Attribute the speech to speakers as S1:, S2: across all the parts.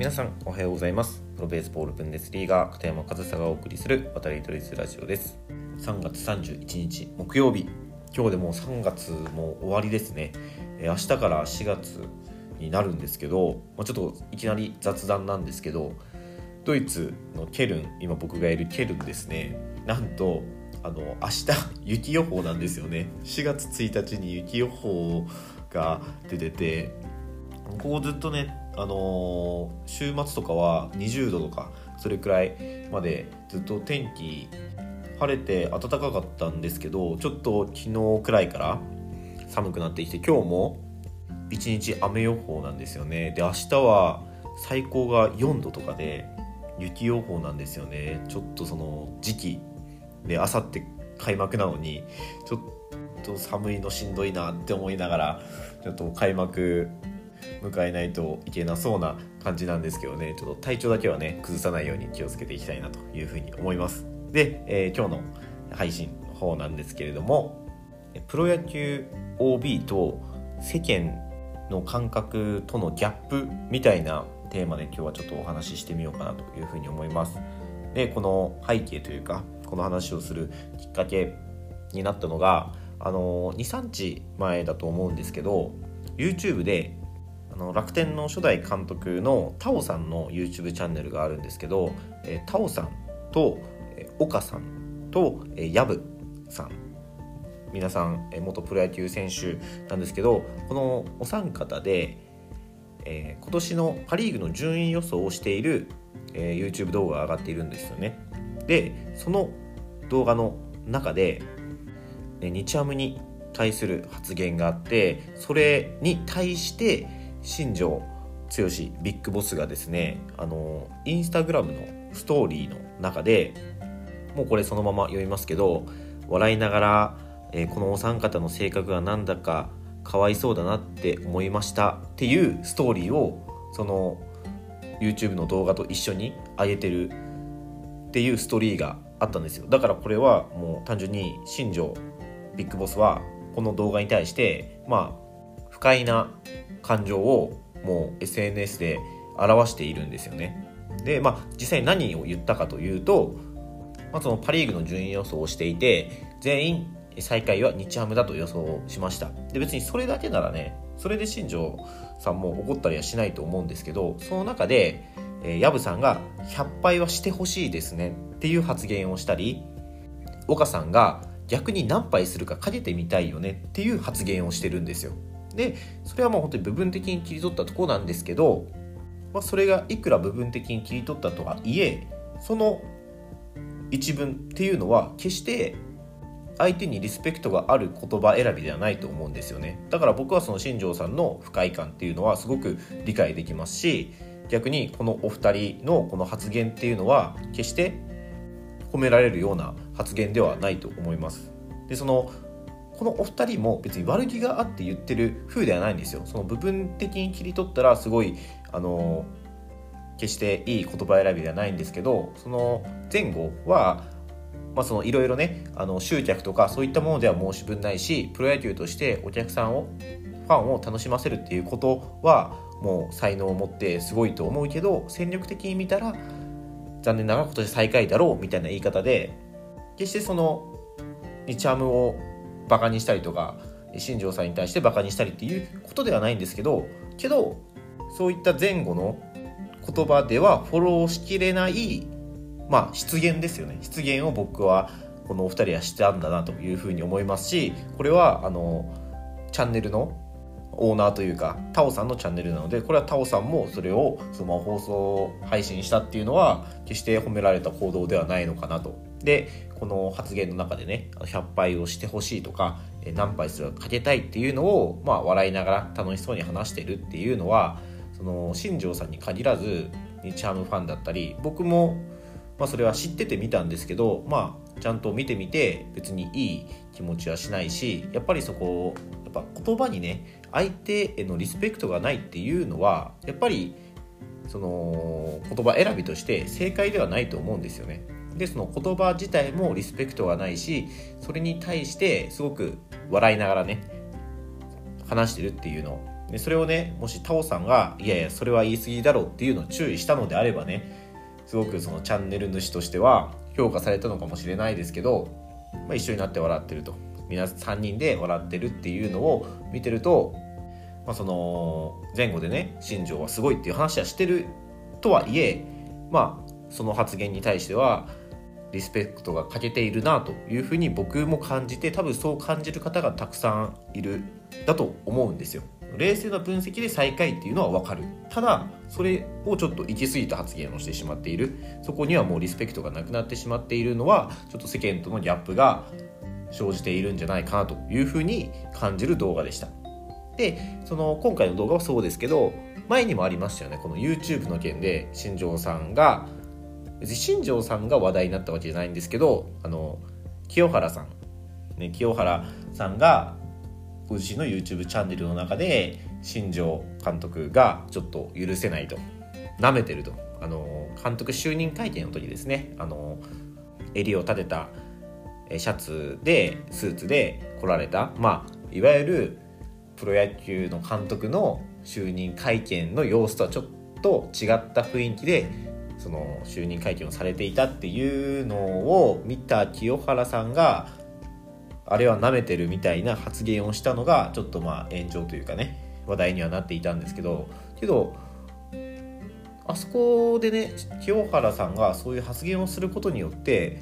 S1: 皆さんおはようございます。プロベースボールブンデスリーガ片山和沙がお送りする渡り鳥ズラジオです。3月31日木曜日、今日でもう3月も終わりですね。明日から4月になるんですけど、ちょっといきなり雑談なんですけど、ドイツのケルン、今僕がいるケルンですね、なんと明日雪予報なんですよね。4月1日に雪予報が出てて、ここずっとね、週末とかは20度とかそれくらいまでずっと天気晴れて暖かかったんですけど、ちょっと昨日くらいから寒くなってきて、今日も1日雨予報なんですよね。で、明日は最高が4度とかで雪予報なんですよね。ちょっとその時期で、明後日開幕なのにちょっと寒いのしんどいなって思いながら、ちょっと開幕迎えないといけなそうな感じなんですけどね、ちょっと体調だけはね崩さないように気をつけていきたいなというふうに思います。で、今日の配信の方なんですけれども、プロ野球 OB と世間の感覚とのギャップみたいなテーマで今日はちょっとお話ししてみようかなというふうに思います。で、この背景というかこの話をするきっかけになったのが、2、3日前だと思うんですけど、 YouTube で楽天の初代監督のタオさんの YouTube チャンネルがあるんですけど、タオさんと岡さんとヤブさん、皆さん元プロ野球選手なんですけど、このお三方で、今年のパリーグの順位予想をしている、YouTube 動画が上がっているんですよね。で、その動画の中で、日ハムに対する発言があって、それに対して新庄剛志ビッグボスがですね、インスタグラムのストーリーの中で、もうこれそのまま読みますけど、笑いながら、このお三方の性格がなんだかかわいそうだなって思いましたっていうストーリーをその YouTube の動画と一緒に上げてるっていうストーリーがあったんですよ。だからこれはもう単純に新庄ビッグボスはこの動画に対して不快な感情をもう SNS で表しているんですよね。で、実際何を言ったかというと、そのパリーグの順位予想をしていて、全員最下位は日ハムだと予想しました。で、別にそれだけならね、それで新庄さんも怒ったりはしないと思うんですけど、その中でヤブさんが100敗はしてほしいですねっていう発言をしたり、岡さんが逆に何敗するかかけてみたいよねっていう発言をしてるんですよ。で、それはもう本当に部分的に切り取ったところなんですけど、それがいくら部分的に切り取ったとはいえ、その一文っていうのは決して相手にリスペクトがある言葉選びではないと思うんですよね。だから僕はその新庄さんの不快感っていうのはすごく理解できますし、逆にこのお二人のこの発言っていうのは決して褒められるような発言ではないと思います。で、このお二人も別に悪気があって言ってる風ではないんですよ。その部分的に切り取ったらすごい決していい言葉選びではないんですけど、その前後はそのいろいろね、集客とかそういったものでは申し分ないし、プロ野球としてお客さんをファンを楽しませるっていうことはもう才能を持ってすごいと思うけど、戦力的に見たら残念ながら今年最下位だろうみたいな言い方で、決してその日ハムをバカにしたりとか新庄さんに対してバカにしたりっていうことではないんですけど、そういった前後の言葉ではフォローしきれない失言ですよね。失言を僕はこのお二人はしたんだなというふうに思いますし、これはチャンネルのオーナーというかタオさんのチャンネルなので、これはタオさんもそれをその放送配信したっていうのは決して褒められた行動ではないのかなと。で、この発言の中でね、100敗をしてほしいとか何敗するかかけたいっていうのを笑いながら楽しそうに話してるっていうのは、その新庄さんに限らず日ハムファンだったり、僕もそれは知ってて見たんですけど、ちゃんと見てみて別にいい気持ちはしないし、やっぱりそこ言葉にね、相手へのリスペクトがないっていうのはやっぱりその言葉選びとして正解ではないと思うんですよね。で、その言葉自体もリスペクトがないし、それに対してすごく笑いながらね話してるっていうのでそれをね、もしタオさんがいやいやそれは言い過ぎだろうっていうのを注意したのであればね、すごくそのチャンネル主としては評価されたのかもしれないですけど、一緒になって笑ってると、皆3人で笑ってるっていうのを見てると、その前後でね新庄はすごいっていう話はしてるとはいえ、その発言に対してはリスペクトが欠けているなというふうに僕も感じて、多分そう感じる方がたくさんいるだと思うんですよ。冷静な分析で最下位っていうのは分かる。ただそれをちょっと行き過ぎた発言をしてしまっている、そこにはもうリスペクトがなくなってしまっているのは、ちょっと世間とのギャップが生じているんじゃないかなというふうに感じる動画でした。でその今回の動画はそうですけど、前にもありましたよね、この YouTube の件で新庄さんが、別に新庄さんが話題になったわけじゃないんですけど、清原さん、清原さんがご自身の YouTube チャンネルの中で新庄監督がちょっと許せないと、舐めてると、監督就任会見の時ですね、襟を立てたシャツでスーツで来られた、いわゆるプロ野球の監督の就任会見の様子とはちょっと違った雰囲気でその就任会見をされていたっていうのを見た清原さんが、あれは舐めてるみたいな発言をしたのがちょっと炎上というかね、話題にはなっていたんですけど、あそこでね清原さんがそういう発言をすることによって、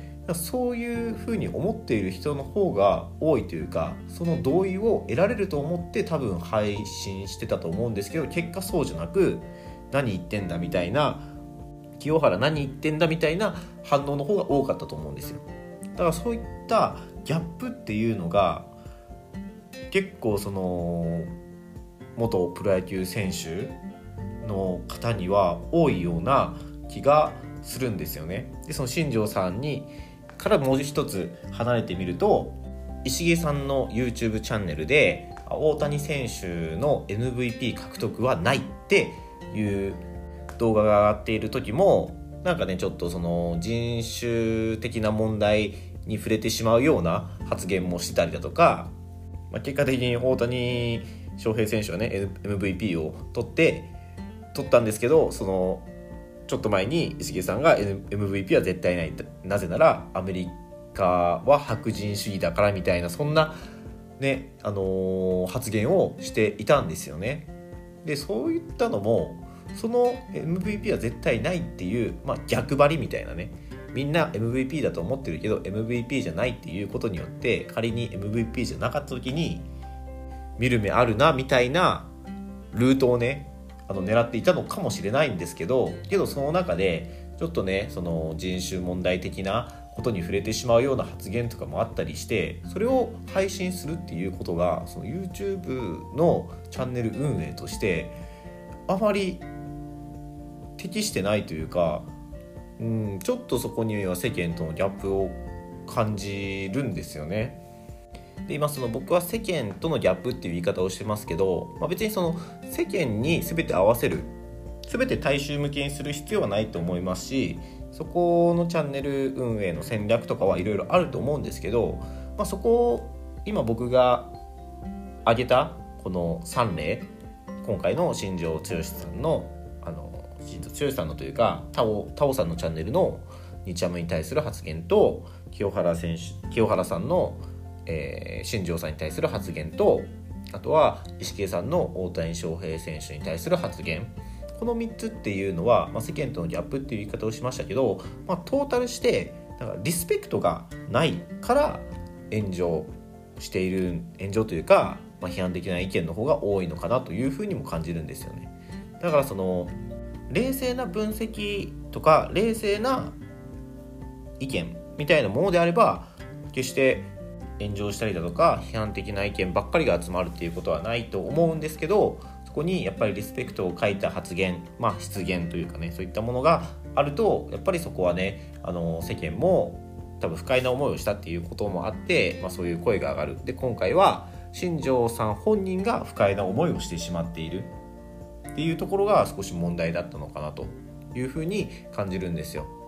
S1: そういうふうに思っている人の方が多いというか、その同意を得られると思って多分配信してたと思うんですけど、結果そうじゃなく、何言ってんだみたいな、清原何言ってんだみたいな反応の方が多かったと思うんですよ。だからそういったギャップっていうのが結構その元プロ野球選手の方には多いような気がするんですよね。でその新庄さんにからもう一つ離れてみると、石毛さんの YouTube チャンネルで大谷選手の MVP 獲得はないっていう動画が上がっている時も、なんかねちょっとその人種的な問題に触れてしまうような発言もしてたりだとか、結果的に大谷翔平選手はね MVP を取ったんですけど、そのちょっと前に石毛さんが MVP は絶対ない、なぜならアメリカは白人主義だからみたいな、そんなね、発言をしていたんですよね。でそういったのも、その MVP は絶対ないっていう、逆張りみたいなね、みんな MVP だと思ってるけど MVP じゃないっていうことによって、仮に MVP じゃなかった時に見る目あるなみたいなルートをね狙っていたのかもしれないんですけど、その中でちょっとねその人種問題的なことに触れてしまうような発言とかもあったりして、それを配信するっていうことがその YouTube のチャンネル運営としてあまり適してないというか、ちょっとそこには世間とのギャップを感じるんですよね。で今その僕は世間とのギャップっていう言い方をしてますけど、別にその世間に全て合わせる、全て大衆向けにする必要はないと思いますし、そこのチャンネル運営の戦略とかはいろいろあると思うんですけど、そこを今僕が挙げたこの3例、今回の新庄剛志さんの新庄剛志さんのというかタオさんのチャンネルの日ハムに対する発言と、清原さんの新庄さんに対する発言と、あとは石毛さんの大谷翔平選手に対する発言、この3つっていうのは、世間とのギャップっていう言い方をしましたけど、トータルしてだからリスペクトがないから炎上というか、批判的な意見の方が多いのかなというふうにも感じるんですよね。だからその冷静な分析とか冷静な意見みたいなものであれば、決して炎上したりだとか批判的な意見ばっかりが集まるっていうことはないと思うんですけど、そこにやっぱりリスペクトを欠いた発言、失言というかね、そういったものがあると、やっぱりそこはね世間も多分不快な思いをしたっていうこともあって、そういう声が上がる。で今回は新庄さん本人が不快な思いをしてしまっているっていうところが少し問題だったのかなというふうに感じるんですよ。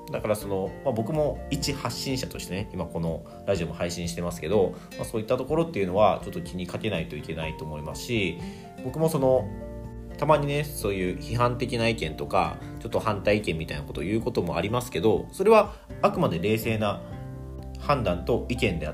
S1: だから僕も一発信者としてね、今このラジオも配信してますけど、そういったところっていうのはちょっと気にかけないといけないと思いますし、僕もたまにね、そういう批判的な意見とかちょっと反対意見みたいなことを言うこともありますけど、それはあくまで冷静な判断と意見であって、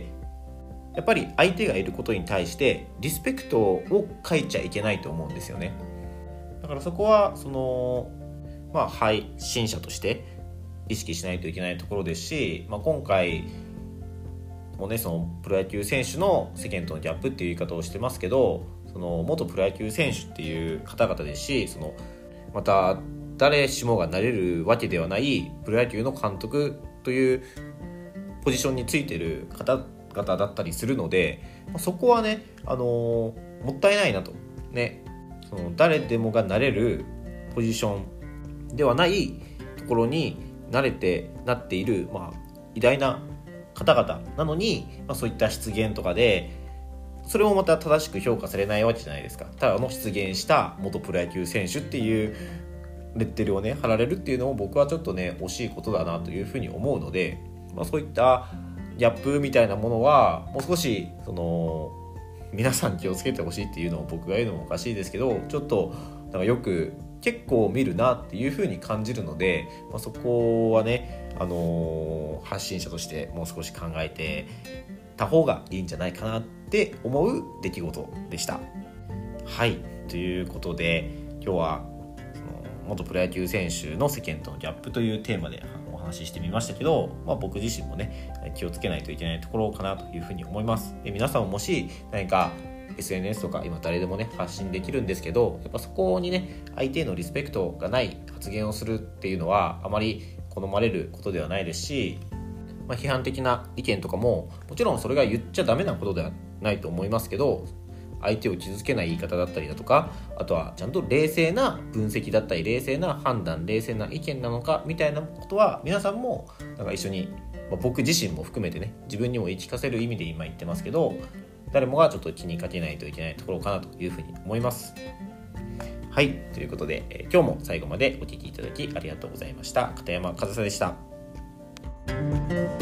S1: やっぱり相手がいることに対してリスペクトを欠いちゃいけないと思うんですよね。だからそこは配信者として意識しないといけないところですし、今回もね、プロ野球選手の世間とのギャップっていう言い方をしてますけど、元プロ野球選手っていう方々ですし、また誰しもがなれるわけではないプロ野球の監督というポジションについている方々だったりするので、そこはね、もったいないなとね、誰でもがなれるポジションではないところになっている、偉大な方々なのに、そういった失言とかでそれもまた正しく評価されないわけじゃないですか。ただ失言した元プロ野球選手っていうレッテルをね貼られるっていうのも、僕はちょっとね惜しいことだなというふうに思うので、そういったギャップみたいなものはもう少し皆さん気をつけてほしいっていうのを僕が言うのもおかしいですけど、ちょっとよく結構見るなっていうふうに感じるので、そこはね、発信者としてもう少し考えてた方がいいんじゃないかなって思う出来事でした。はい、ということで今日は元プロ野球選手の世間とのギャップというテーマでお話ししてみましたけど、僕自身もね気をつけないといけないところかなというふうに思います。で、皆さんももし何か SNS とか今誰でもね発信できるんですけど、やっぱそこにね相手へのリスペクトがない発言をするっていうのはあまり好まれることではないですし、批判的な意見とかももちろんそれが言っちゃダメなことではないと思いますけど、相手を傷つけない言い方だったりだとか、あとはちゃんと冷静な分析だったり冷静な判断、冷静な意見なのかみたいなことは皆さんも一緒に、僕自身も含めてね、自分にも言い聞かせる意味で今言ってますけど、誰もがちょっと気にかけないといけないところかなというふうに思います。はい、ということで、今日も最後までお聞きいただきありがとうございました。片山和沙でした。